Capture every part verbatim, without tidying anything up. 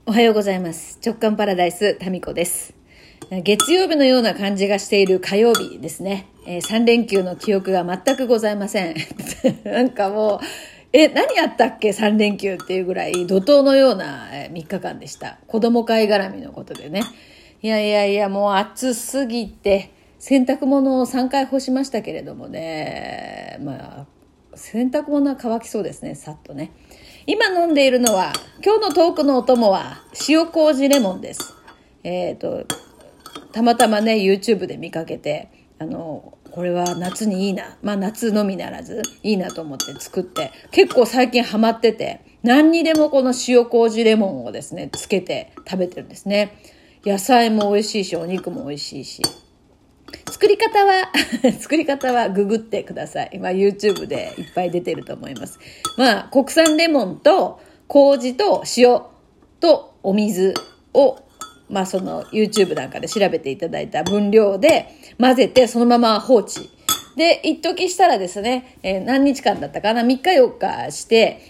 おはようございます。直感パラダイスタミコです。月曜日のような感じがしている火曜日ですね。えー、さん連休の記憶が全くございません。なんかもうえ何やったっけさん連休っていうぐらい怒涛のようなみっかかんでした。子供会絡みのことでね。いやいやいやもう暑すぎて洗濯物をさんかい干しましたけれどもね。まあ洗濯物は乾きそうですね。さっとね。今飲んでいるのは、今日のトークのお供は塩麹レモンです。えっと、たまたまね、YouTube で見かけて、あの、これは夏にいいな。まあ夏のみならずいいなと思って作って、結構最近ハマってて、何にでもこの塩麹レモンをですね、つけて食べてるんですね。野菜も美味しいし、お肉も美味しいし。作り方は作り方はググってください。まあ YouTube でいっぱい出てると思います。まあ国産レモンと麹と塩とお水をまあその YouTube なんかで調べていただいた分量で混ぜてそのまま放置。で、一時したらですね、えー、何日間だったかな ?みっかよっかして、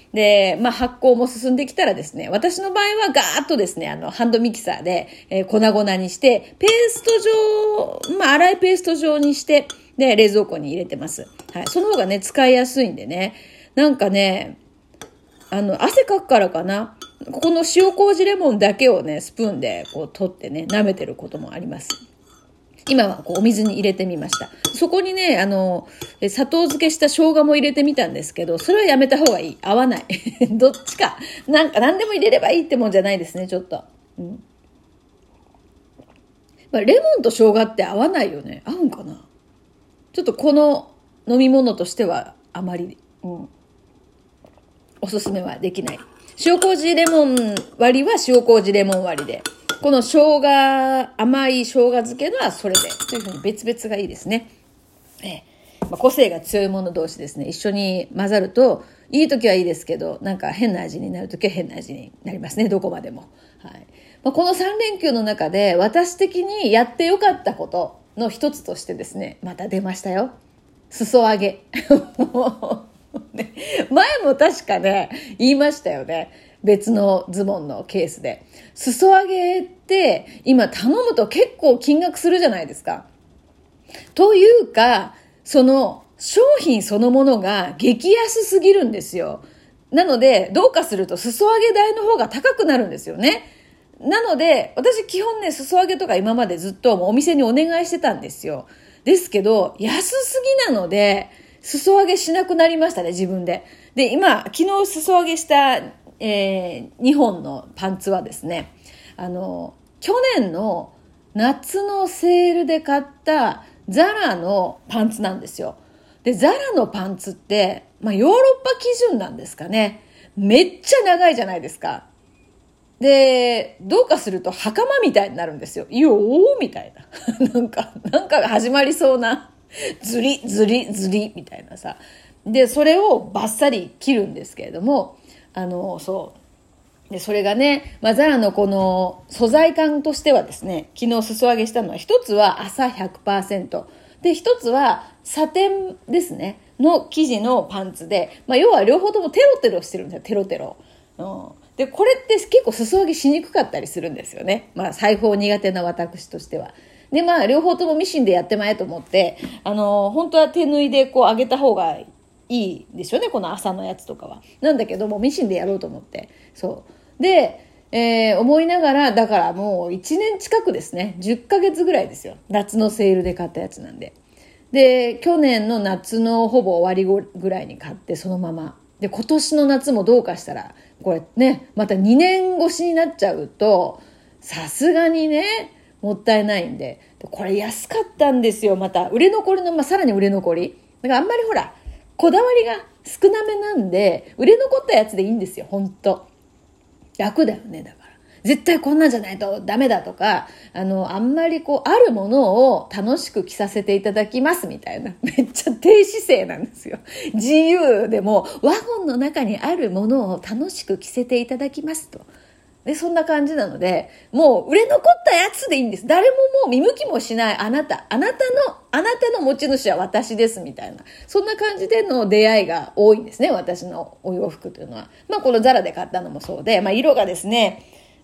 で、まあ発酵も進んできたらですね、私の場合はガーッとですね、あの、ハンドミキサーで、えー、粉々にして、ペースト状、まあ粗いペースト状にして、で、冷蔵庫に入れてます。はい。その方がね、使いやすいんでね、なんかね、あの、汗かくからかな、ここの塩麹レモンだけをね、スプーンでこう取ってね、舐めてることもあります。今はこうお水に入れてみました。そこにね、あの、砂糖漬けした生姜も入れてみたんですけど、それはやめた方がいい。合わない。どっちか。なんか何でも入れればいいってもんじゃないですね、ちょっと。うん。まあ、レモンと生姜って合わないよね。合うんかな。ちょっとこの飲み物としてはあまり、うん、おすすめはできない。塩麹レモン割りは塩麹レモン割りで。この生姜、甘い生姜漬けのはそれで、というふうに別々がいいですね。ええまあ、個性が強い者同士ですね。一緒に混ざると、いい時はいいですけど、なんか変な味になる時は変な味になりますね。どこまでも。はいまあ、このさん連休の中で、私的にやってよかったことの一つとしてですね、また出ましたよ。裾上げ。ね、前も確かね、言いましたよね。別のズボンのケースで。裾上げって今頼むと結構金額するじゃないですか。というか、その商品そのものが激安すぎるんですよ。なので、どうかすると裾上げ代の方が高くなるんですよね。なので、私基本ね、裾上げとか今までずっともうお店にお願いしてたんですよ。ですけど、安すぎなので、裾上げしなくなりましたね、自分で。で、今、昨日裾上げした、えー、にほんのパンツはですね、あの、去年の夏のセールで買ったザラのパンツなんですよ。で、ザラのパンツって、まあ、ヨーロッパ基準なんですかね。めっちゃ長いじゃないですか。で、どうかすると袴みたいになるんですよ。よーみたいな。なんか、なんかが始まりそうな。ずり、ずり、ずり、みたいなさ。で、それをバッサリ切るんですけれども、あの、そう。で、それがね、まあ、ザラのこの素材感としてはですね、昨日裾上げしたのは、一つは麻 ひゃくパーセント。で、一つはサテンですね、の生地のパンツで、まあ、要は両方ともテロテロしてるんですよ、テロテロ。うん。で、これって結構裾上げしにくかったりするんですよね。まあ、裁縫苦手な私としては。で、まあ、両方ともミシンでやってまえと思って、あの、本当は手縫いでこう上げた方がいいでしょうね、この麻のやつとかは。なんだけども、ミシンでやろうと思って。そう。で、えー、思いながら、だからもういちねん近くですね。じゅっかげつぐらいですよ。夏のセールで買ったやつなんで。で、去年の夏のほぼ終わりぐらいに買って、そのまま。で、今年の夏もどうかしたら、これね、またにねん越しになっちゃうと、さすがにね、もったいないんで、これ安かったんですよ。また、売れ残りの、まあ、さらに売れ残り。だからあんまりほら、こだわりが少なめなんで、売れ残ったやつでいいんですよ、ほんと。楽だよね、だから。絶対こんなんじゃないとダメだとか、あの、あんまりこう、あるものを楽しく着させていただきますみたいな。めっちゃ低姿勢なんですよ。自由でも、ワゴンの中にあるものを楽しく着せていただきますと。で、そんな感じなので、もう売れ残ったやつでいいんです。誰ももう見向きもしないあなた、あなたの、あなたの持ち主は私ですみたいな。そんな感じでの出会いが多いんですね、私のお洋服というのは。まあこのザラで買ったのもそうで、まあ色がですね、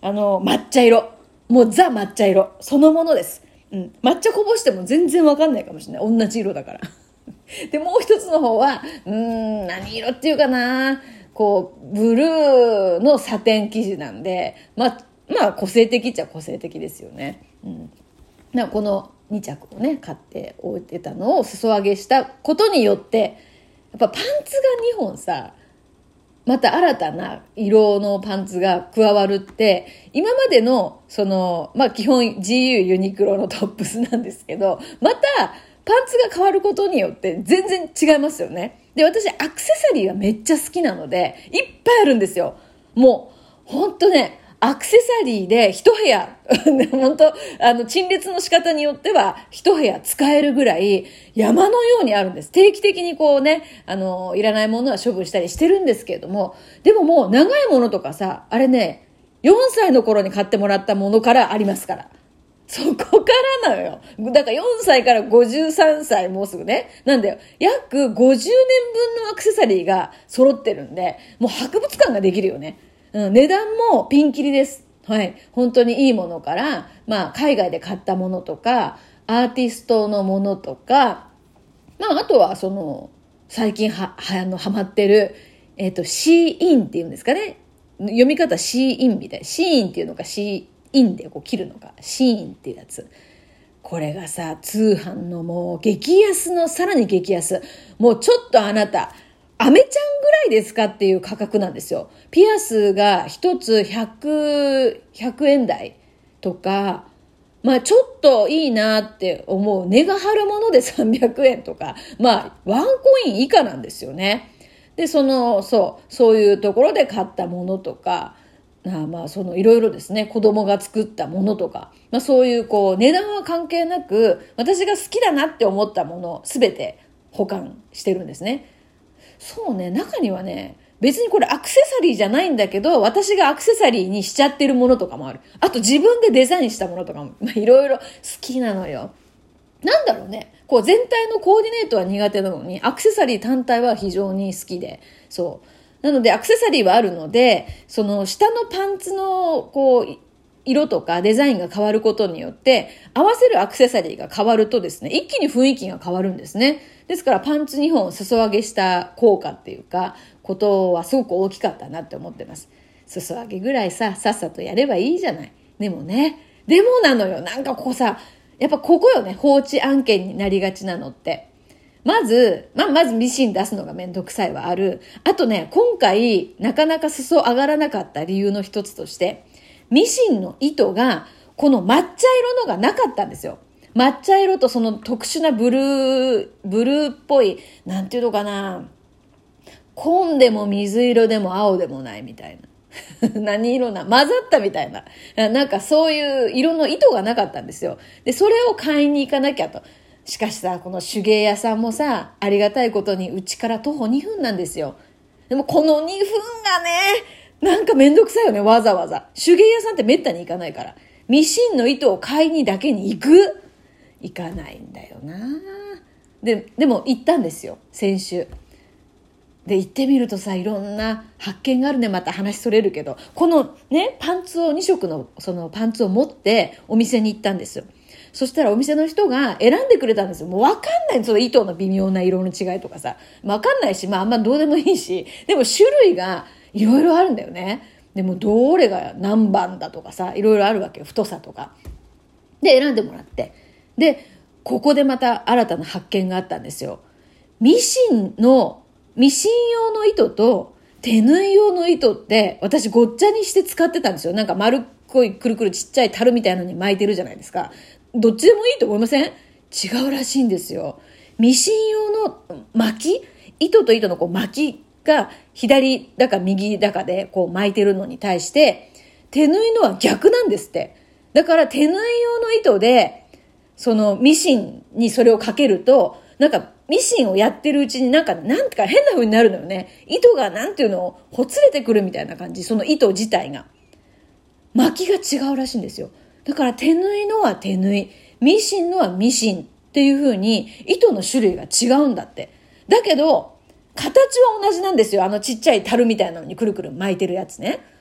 あの、抹茶色。もうザ抹茶色。そのものです。うん。抹茶こぼしても全然わかんないかもしれない。同じ色だから。で、もう一つの方は、うーん、何色っていうかな。こう、ブルーのサテン生地なんで、まあ、まあ、個性的っちゃ個性的ですよね。うん。だからこのに着をね、買って置いてたのを裾上げしたことによって、やっぱパンツがにほんさ、また新たな色のパンツが加わるって、今までの、その、まあ基本 ジーユー ユニクロのトップスなんですけど、またパンツが変わることによって全然違いますよね。で、私アクセサリーがめっちゃ好きなので、いっぱいあるんですよ。もう、ほんとね、アクセサリーで一部屋、本当あの、陳列の仕方によっては一部屋使えるぐらい山のようにあるんです。定期的にこうね、あの、いらないものは処分したりしてるんですけれども、でももう長いものとかさ、あれね、よんさいの頃に買ってもらったものからありますから。そこからなのよ。だからよんさいからごじゅうさんさいもうすぐね。なんだよ。約ごじゅうねんぶんのアクセサリーが揃ってるんで、もう博物館ができるよね。うん、値段もピンキリです。はい。本当にいいものから、まあ、海外で買ったものとか、アーティストのものとか、まあ、あとは、その、最近は、は、あの、ハマってる、えっと、シーインっていうんですかね。読み方シーインみたいな。シーインっていうのか、シーインでこう切るのか。シーインっていうやつ。これがさ、通販のもう、激安の、さらに激安。もうちょっとあなた、アメちゃんぐらいですかっていう価格なんですよ。ピアスが一つひゃく、ひゃくえん台とか、まあちょっといいなって思う値が張るものでさんびゃくえんとか、まあワンコイン以下なんですよね。で、その、そう、そういうところで買ったものとか、あまあそのいろいろですね、子供が作ったものとか、まあそういうこう値段は関係なく、私が好きだなって思ったものをすべて保管してるんですね。そうね、中にはね、別にこれアクセサリーじゃないんだけど、私がアクセサリーにしちゃってるものとかもある。あと自分でデザインしたものとかも、まあいろいろ好きなのよ。なんだろうね、こう全体のコーディネートは苦手なのに、アクセサリー単体は非常に好きで、そう。なのでアクセサリーはあるので、その下のパンツのこう、色とかデザインが変わることによって、合わせるアクセサリーが変わるとですね、一気に雰囲気が変わるんですね。ですからパンツにほん裾上げした効果っていうか、ことはすごく大きかったなって思ってます。裾上げぐらいさ、さっさとやればいいじゃない。でもね、でもなのよ。なんかこうさ、やっぱここよね、放置案件になりがちなのって。まず、まあ、まずミシン出すのがめんどくさいはある。あとね、今回なかなか裾上がらなかった理由の一つとして、ミシンの糸がこの抹茶色のがなかったんですよ。抹茶色とその特殊なブルー、ブルーっぽい、なんていうのかな。紺でも水色でも青でもないみたいな。何色な、混ざったみたいな。なんかそういう色の糸がなかったんですよ。で、それを買いに行かなきゃと。しかしさ、この手芸屋さんもさ、ありがたいことにうちから徒歩にふんなんですよ。でもこのにふんがね、なんかめんどくさいよね、わざわざ。手芸屋さんってめったに行かないから。ミシンの糸を買いにだけに行く行かないんだよな。で、でも行ったんですよ、先週。で、行ってみるとさ、いろんな発見があるね。また話それるけど。このね、パンツを、に色のそのパンツを持ってお店に行ったんですよ。そしたらお店の人が選んでくれたんですよ。もうわかんない。その糸の微妙な色の違いとかさ。わかんないし、まああんまどうでもいいし。でも種類がいろいろあるんだよね。でもどれが何番だとかさ、いろいろあるわけよ。太さとか。で、選んでもらって。で、ここでまた新たな発見があったんですよ。ミシンの、ミシン用の糸と手縫い用の糸って私ごっちゃにして使ってたんですよ。なんか丸っこいくるくるちっちゃい樽みたいなのに巻いてるじゃないですか。どっちでもいいと思いません？違うらしいんですよ。ミシン用の巻き、糸と糸のこう巻きが左だか右だかでこう巻いてるのに対して手縫いのは逆なんですって。だから手縫い用の糸でそのミシンにそれをかけるとなんかミシンをやってるうちになんか、なんてか変な風になるのよね。糸がなんていうの、ほつれてくるみたいな感じ。その糸自体が。巻きが違うらしいんですよ。だから手縫いのは手縫い、ミシンのはミシンっていう風に糸の種類が違うんだって。だけど、形は同じなんですよ。あのちっちゃい樽みたいなのにくるくる巻いてるやつね。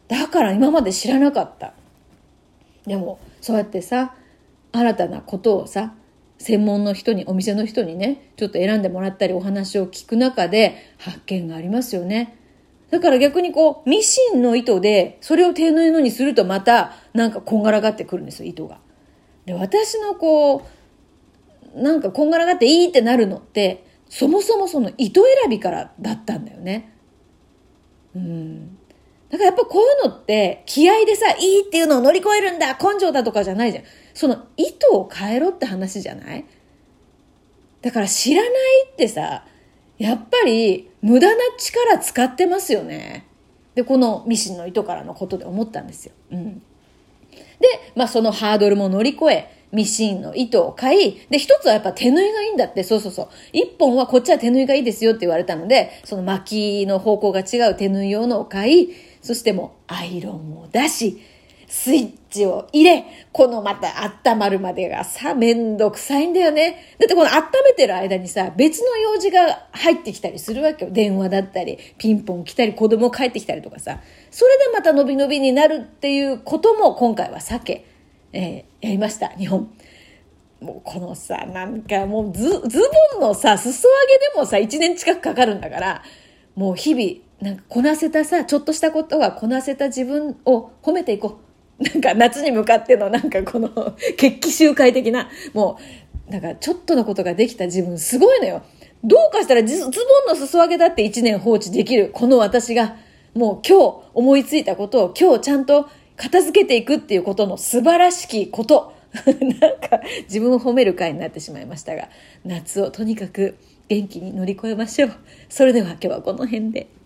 だから今まで知らなかった。でもそうやってさ、新たなことをさ、専門の人に、お店の人にね、ちょっと選んでもらったりお話を聞く中で発見がありますよね。だから逆にこうミシンの糸でそれを手縫いのにするとまたなんかこんがらがってくるんですよ、糸が。で、私のこうなんかこんがらがっていいってなるのってそもそもその糸選びからだったんだよね。うんだからやっぱこういうのって気合でさ、いいっていうのを乗り越えるんだ、根性だとかじゃないじゃん。その糸を変えろって話じゃない？だから知らないってさ、やっぱり無駄な力使ってますよね。で、このミシンの糸からのことで思ったんですよ。うん。で、まあそのハードルも乗り越え、ミシンの糸を買い、で、一つはやっぱ手縫いがいいんだって、そうそうそう。一本はこっちは手縫いがいいですよって言われたので、その巻きの方向が違う手縫い用のを買い、そしてもうアイロンを出し、スイッチを入れ、このまた温まるまでがさ、めんどくさいんだよね。だってこの温めてる間にさ、別の用事が入ってきたりするわけよ。電話だったり、ピンポン来たり、子供帰ってきたりとかさ。それでまた伸び伸びになるっていうことも今回は避け、えー、やりました、日本。もうこのさ、なんかもうズ、ズボンのさ、裾上げでもさ、一年近くかかるんだから、もう日々、なんかこなせたさ、ちょっとしたことがこなせた自分を褒めていこう。なんか夏に向かってのなんかこの決起集会的な、もうなんかちょっとのことができた自分すごいのよ。どうかしたらズボンの裾上げだって一年放置できるこの私が、もう今日思いついたことを今日ちゃんと片付けていくっていうことの素晴らしきことなんか自分を褒める回になってしまいましたが、夏をとにかく元気に乗り越えましょう。それでは今日はこの辺で。